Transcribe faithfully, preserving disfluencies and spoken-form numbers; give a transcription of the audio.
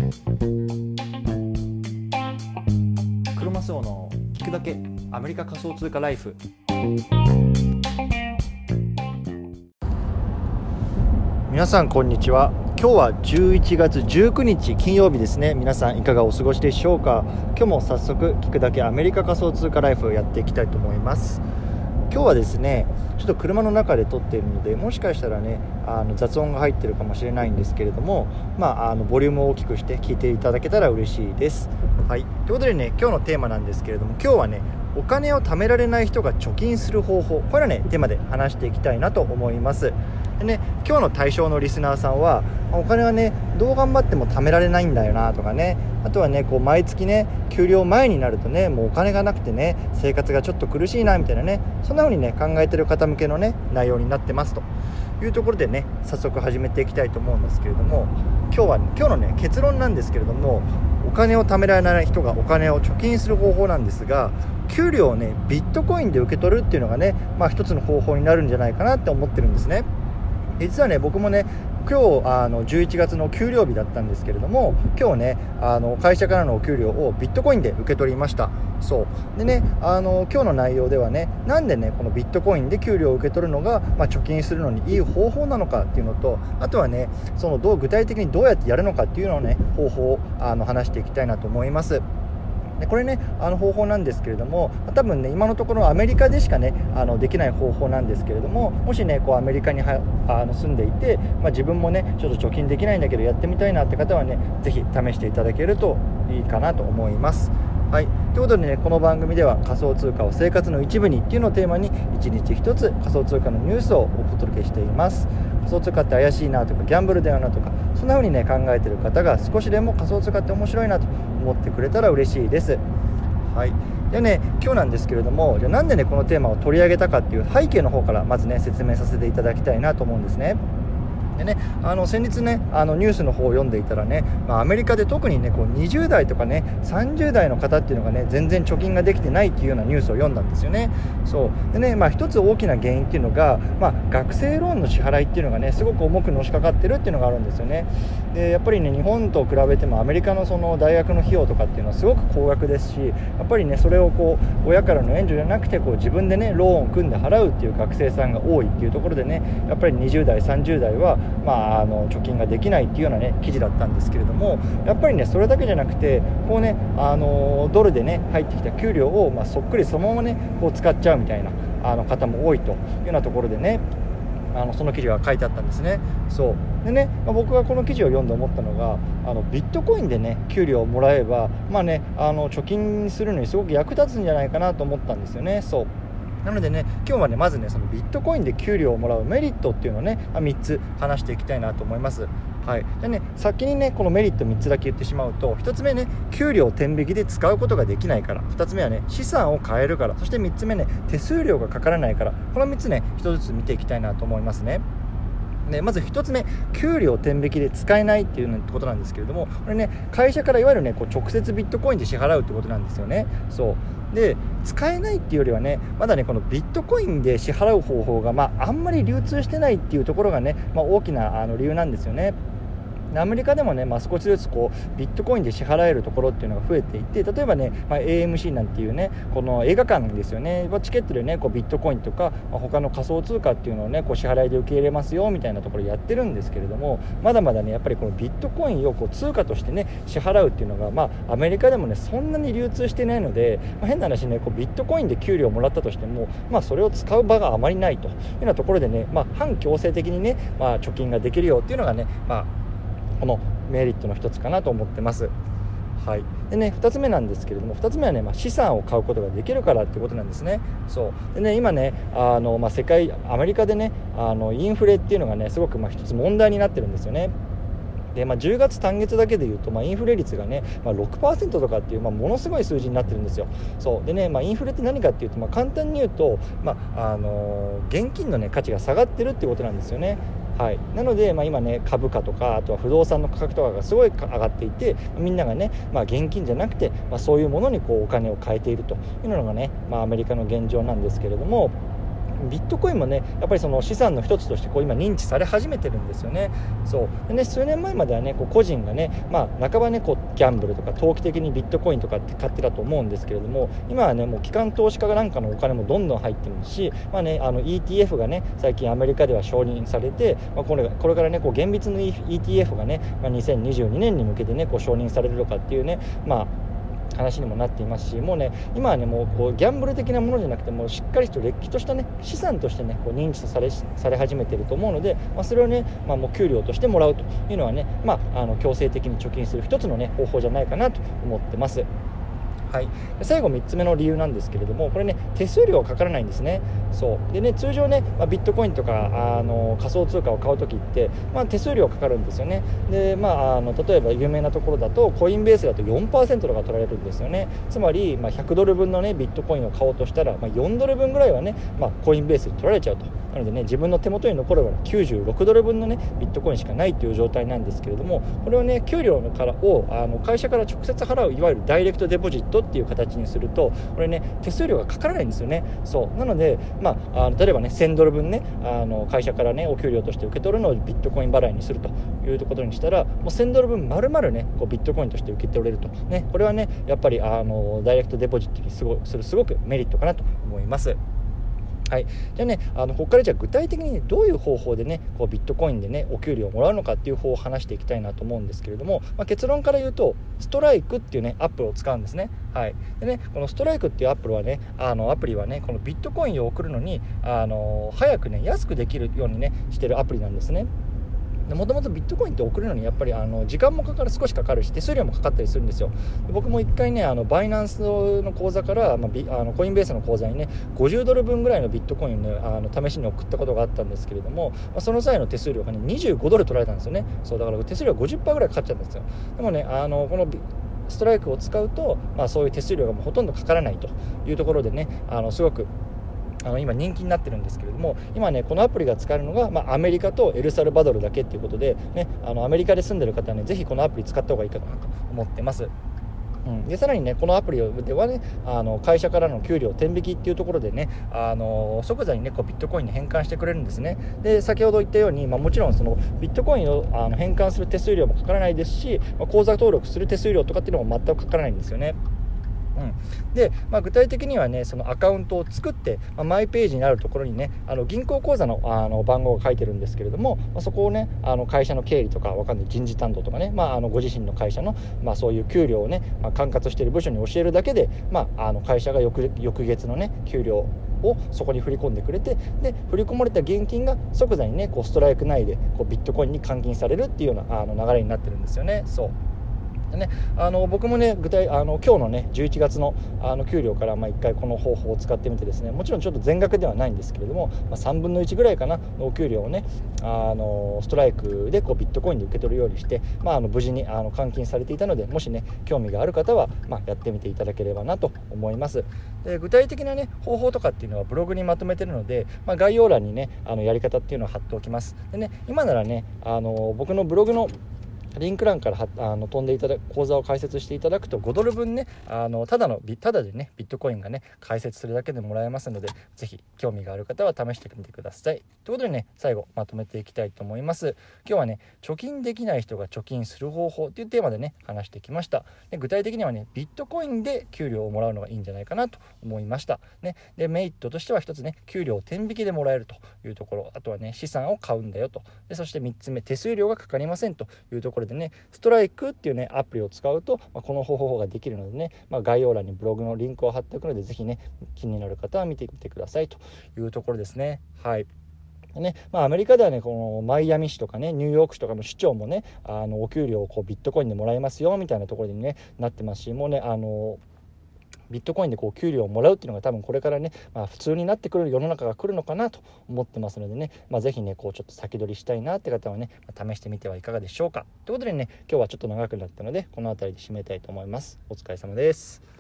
クロマスオの聞くだけアメリカ仮想通貨ライフ。皆さんこんにちは。今日はじゅういちがつじゅうくにち金曜日ですね。皆さんいかがお過ごしでしょうか。今日も早速聞くだけアメリカ仮想通貨ライフをやっていきたいと思います。今日はですね、ちょっと車の中で撮っているので、もしかしたらねあの雑音が入ってるかもしれないんですけれども、まあ、あのボリュームを大きくして聞いていただけたら嬉しいです。はい、ということでね、今日のテーマなんですけれども、今日はねお金を貯められない人が貯金する方法、これはねテーマで話していきたいなと思います。でね、今日の対象のリスナーさんは、お金はねどう頑張っても貯められないんだよなとかね、あとはねこう毎月ね給料前になるとねもうお金がなくてね生活がちょっと苦しいなみたいなね、そんな風にね考えてる方向けのね内容になってますというところでね、早速始めていきたいと思うんですけれども、今日は今日のね結論なんですけれども、お金を貯められない人がお金を貯金する方法なんですが、給料をねビットコインで受け取るっていうのがね、まあ一つの方法になるんじゃないかなって思ってるんですね。実はね僕もね今日あのじゅういちがつの給料日だったんですけれども、今日ねあの会社からのお給料をビットコインで受け取りました。そうでね、あの今日の内容ではね、なんでねこのビットコインで給料を受け取るのが、まあ、貯金するのにいい方法なのかっていうのと、あとはねそのどう具体的にどうやってやるのかっていうのをね方法をあの話していきたいなと思います。でこれねあの方法なんですけれども、多分ね今のところアメリカでしかねあのできない方法なんですけれども、もしねこうアメリカにはあの住んでいて、まあ、自分もねちょっと貯金できないんだけどやってみたいなって方はね、ぜひ試していただけるといいかなと思います。はい、ということでね、この番組では仮想通貨を生活の一部にっていうのをテーマにいちにちひとつ仮想通貨のニュースをお届けしています。仮想通貨って怪しいなとかギャンブルだよなとか、そんな風にね考えている方が少しでも仮想通貨って面白いなと思ってくれたら嬉しいです。はい、でね今日なんですけれども、じゃあなんでねこのテーマを取り上げたかっていう背景の方からまずね説明させていただきたいなと思うんですね。でね、あの先日ねあのニュースの方を読んでいたらね、まあ、アメリカで特にねこうにじゅうだいとかねさんじゅうだいの方っていうのがね全然貯金ができてないっていうようなニュースを読んだんですよね。そうでね、まあ一つ大きな原因っていうのが、まあ、学生ローンの支払いっていうのがねすごく重くのしかかってるっていうのがあるんですよね。でやっぱりね日本と比べてもアメリカのその大学の費用とかっていうのはすごく高額ですし、やっぱりねそれをこう親からの援助じゃなくてこう自分でねローンを組んで払うっていう学生さんが多いっていうところでね、やっぱりにじゅうだいさんじゅうだいはまああの貯金ができないっていうようなね記事だったんですけれども、やっぱりねそれだけじゃなくてこうねあのドルでね入ってきた給料を、まあ、そっくりそのままねこう使っちゃうみたいなあの方も多いというようなところでね、あのその記事が書いてあったんですね。そうでね、まあ、僕がこの記事を読んで思ったのが、あのビットコインでね給料をもらえばまあねあの貯金するのにすごく役立つんじゃないかなと思ったんですよね。そうなのでね今日はねまずねそのビットコインで給料をもらうメリットっていうのをねみっつ話していきたいなと思います。はい、でね先にねこのメリットみっつだけ言ってしまうと、ひとつめね給料を天引きで使うことができないから、ふたつめはね資産を変えるから、そしてみっつめね手数料がかからないから、このみっつねひとつずつ見ていきたいなと思いますね。でまずひとつめ、給料天引きで使えないっていうことなんですけれども、これね会社からいわゆるねこう直接ビットコインで支払うってことなんですよね。そうで使えないっていうよりはね、まだねこのビットコインで支払う方法がまああんまり流通してないっていうところがね、まあ、大きなあの理由なんですよね。アメリカでもね、まあ、少しずつこうビットコインで支払えるところっていうのが増えていて、例えばね、まあ、エーエムシー なんていうねこの映画館ですよね、チケットでねこうビットコインとか、まあ、他の仮想通貨っていうのをねこう支払いで受け入れますよみたいなところやってるんですけれども、まだまだねやっぱりこのビットコインをこう通貨としてね支払うっていうのが、まあ、アメリカでもねそんなに流通してないので、まあ、変な話ねこうビットコインで給料をもらったとしても、まあ、それを使う場があまりないというようなところでね、まあ、反強制的にね、まあ、貯金ができるよっていうのがね、まあ、このメリットの一つかなと思ってます。はい、でねふたつめなんですけれども、ふたつめはね、まあ、資産を買うことができるからってことなんですね。そうでね今ねあの、まあ、世界アメリカでねあのインフレっていうのがねすごくまあ一つ問題になってるんですよね。でまあ、じゅうがつ単月だけでいうと、まあ、インフレ率がね、まあ、ろくパーセント とかっていう、まあ、ものすごい数字になってるんですよ。そうでね、まあ、インフレって何かっていうと、まあ、簡単に言うと、まああのー、現金の、ね、価値が下がってるってことなんですよね。はい、なので、まあ、今ね株価とかあとは不動産の価格とかがすごい上がっていて、みんながね、まあ、現金じゃなくて、まあ、そういうものにこうお金を変えているというのがね、まあ、アメリカの現状なんですけれども、 ビットコインもねやっぱりその資産の一つとしてこう今認知され始めてるんですよね。そうでね、数年前まではねこう個人がね、まあ、半ばねこうギャンブルとか投機的にビットコインとかって買ってたと思うんですけれども、今はねもう機関投資家なんかのお金もどんどん入ってますし、まあね、あの イーティーエフ がね最近アメリカでは承認されて、まあ、これこれからねこう厳密の イーティーエフ がね、まあ、にせんにじゅうにねんに向けてねこう承認されるのかっていうね、まあ話にもなっていますし、もうね今はねもうこうギャンブル的なものじゃなくてもうしっかりとれっきとしたね資産としてねこう認知されされ始めていると思うので、まあ、それをね、まあ、もう給料としてもらうというのはね、まあ、あの強制的に貯金する一つのね方法じゃないかなと思ってます。はい、で最後みっつめの理由なんですけれども、これね手数料がかからないんですね。そうでね通常ね、まあ、ビットコインとかあの仮想通貨を買うときって、まあ、手数料かかるんですよね。で、まあ、あの例えば有名なところだとコインベースだと よんパーセント とか取られるんですよね。つまり、まあ、ひゃくドル分のねビットコインを買おうとしたら、まあ、よんドル分ぐらいはね、まあ、コインベースで取られちゃうと。なのでね自分の手元に残るのはきゅうじゅうろくドル分のねビットコインしかないという状態なんですけれども、これをね給料からをあの会社から直接払ういわゆるダイレクトデポジットっていう形にすると、これね手数料がかからないんですよね。そうなので、まあ、あの例えばねせんドル分ねあの会社からねお給料として受け取るのをビットコイン払いにするということにしたら、もうせんドル分丸々ねこうビットコインとして受け取れるとね、これはねやっぱりあのダイレクトデポジットにすごするすごくメリットかなと思います。はい、じゃあねあのここからじゃあ具体的にどういう方法でねこうビットコインでねお給料をもらうのかっていう方を話していきたいなと思うんですけれども、まあ、結論から言うとストライクっていうねアプリを使うんですね。はい、でねこのストライクっていうアプリはねあのアプリはねこのビットコインを送るのにあの早くね安くできるようにねしてるアプリなんですね。もともとビットコインって送るのにやっぱりあの時間もかかる少しかかるし手数料もかかったりするんですよ。で僕も一回ねあのバイナンスの口座から、まあ、ビあのコインベースの口座にねごじゅうドル分ぐらいのビットコインを、ね、あの試しに送ったことがあったんですけれども、まあ、その際の手数料がねにじゅうごドル取られたんですよね。そうだから手数料 ごじゅっパーセント ぐらいかかっちゃったんですよ。でもねあのこのストライクを使うと、まあ、そういう手数料がもうほとんどかからないというところでねあのすごくあの今人気になってるんですけれども、今ねこのアプリが使えるのが、まあ、アメリカとエルサルバドルだけっていうことで、ね、あのアメリカで住んでる方はねぜひこのアプリ使った方がいいかなと思ってます。うん、でさらにねこのアプリではねあの会社からの給料天引きっていうところでねあの即座にねこうビットコインに変換してくれるんですね。で先ほど言ったように、まあ、もちろんそのビットコインをあの変換する手数料もかからないですし、まあ、口座登録する手数料とかっていうのも全くかからないんですよね。うん、で、まあ、具体的にはねそのアカウントを作って、まあ、マイページにあるところにねあの銀行口座の、あの番号が書いてるんですけれども、まあ、そこをねあの会社の経理とかわかんない人事担当とかね、まあ、あのご自身の会社の、まあ、そういう給料をね、まあ、管轄している部署に教えるだけで、まあ、あの会社が翌、翌月のね給料をそこに振り込んでくれて、で振り込まれた現金が即座にねこうストライク内でこうビットコインに換金されるっていうようなあの流れになってるんですよね。そうでね、あの僕もね具体あの今日のねじゅういちがつのあの給料からまあいっかいこの方法を使ってみてですね、もちろんちょっと全額ではないんですけれども、まあ、さんぶんのいちぐらいかなのお給料をねあのストライクでこうビットコインで受け取るようにして、まあ、あの無事にあの換金されていたので、もしね興味がある方は、まあ、やってみていただければなと思います。で具体的なね方法とかっていうのはブログにまとめてるので、まあ、概要欄にねあのやり方っていうのを貼っておきます。でね今ならねあの僕のブログのリンク欄からあの飛んでいただく口座を開設していただくとごドル分ねあのただのただでねビットコインがね開設するだけでもらえますので、ぜひ興味がある方は試してみてください。ということでね最後まとめていきたいと思います。今日はね貯金できない人が貯金する方法というテーマでね話してきました。で具体的にはねビットコインで給料をもらうのがいいんじゃないかなと思いましたね。でメリットとしては一つね給料を天引きでもらえるというところ、あとはね資産を買うんだよと、でそしてみっつめ手数料がかかりませんというところでねストライクっていうねアプリを使うと、まあ、この方法ができるのでね、まあ、概要欄にブログのリンクを貼っておくので、ぜひね気になる方は見てみてくださいというところですね。はいねまあ、アメリカではねこのマイアミ市とかねニューヨーク市とかの市長もねあのお給料をこうビットコインでもらえますよみたいなところにねなってますし、もうねあのビットコインでこう給料をもらうっていうのが多分これからね、まあ、普通になってくる世の中が来るのかなと思ってますのでね、まあ、ぜひねこうちょっと先取りしたいなって方はね試してみてはいかがでしょうか。ということでね今日はちょっと長くなったのでこの辺りで締めたいと思います。お疲れ様です。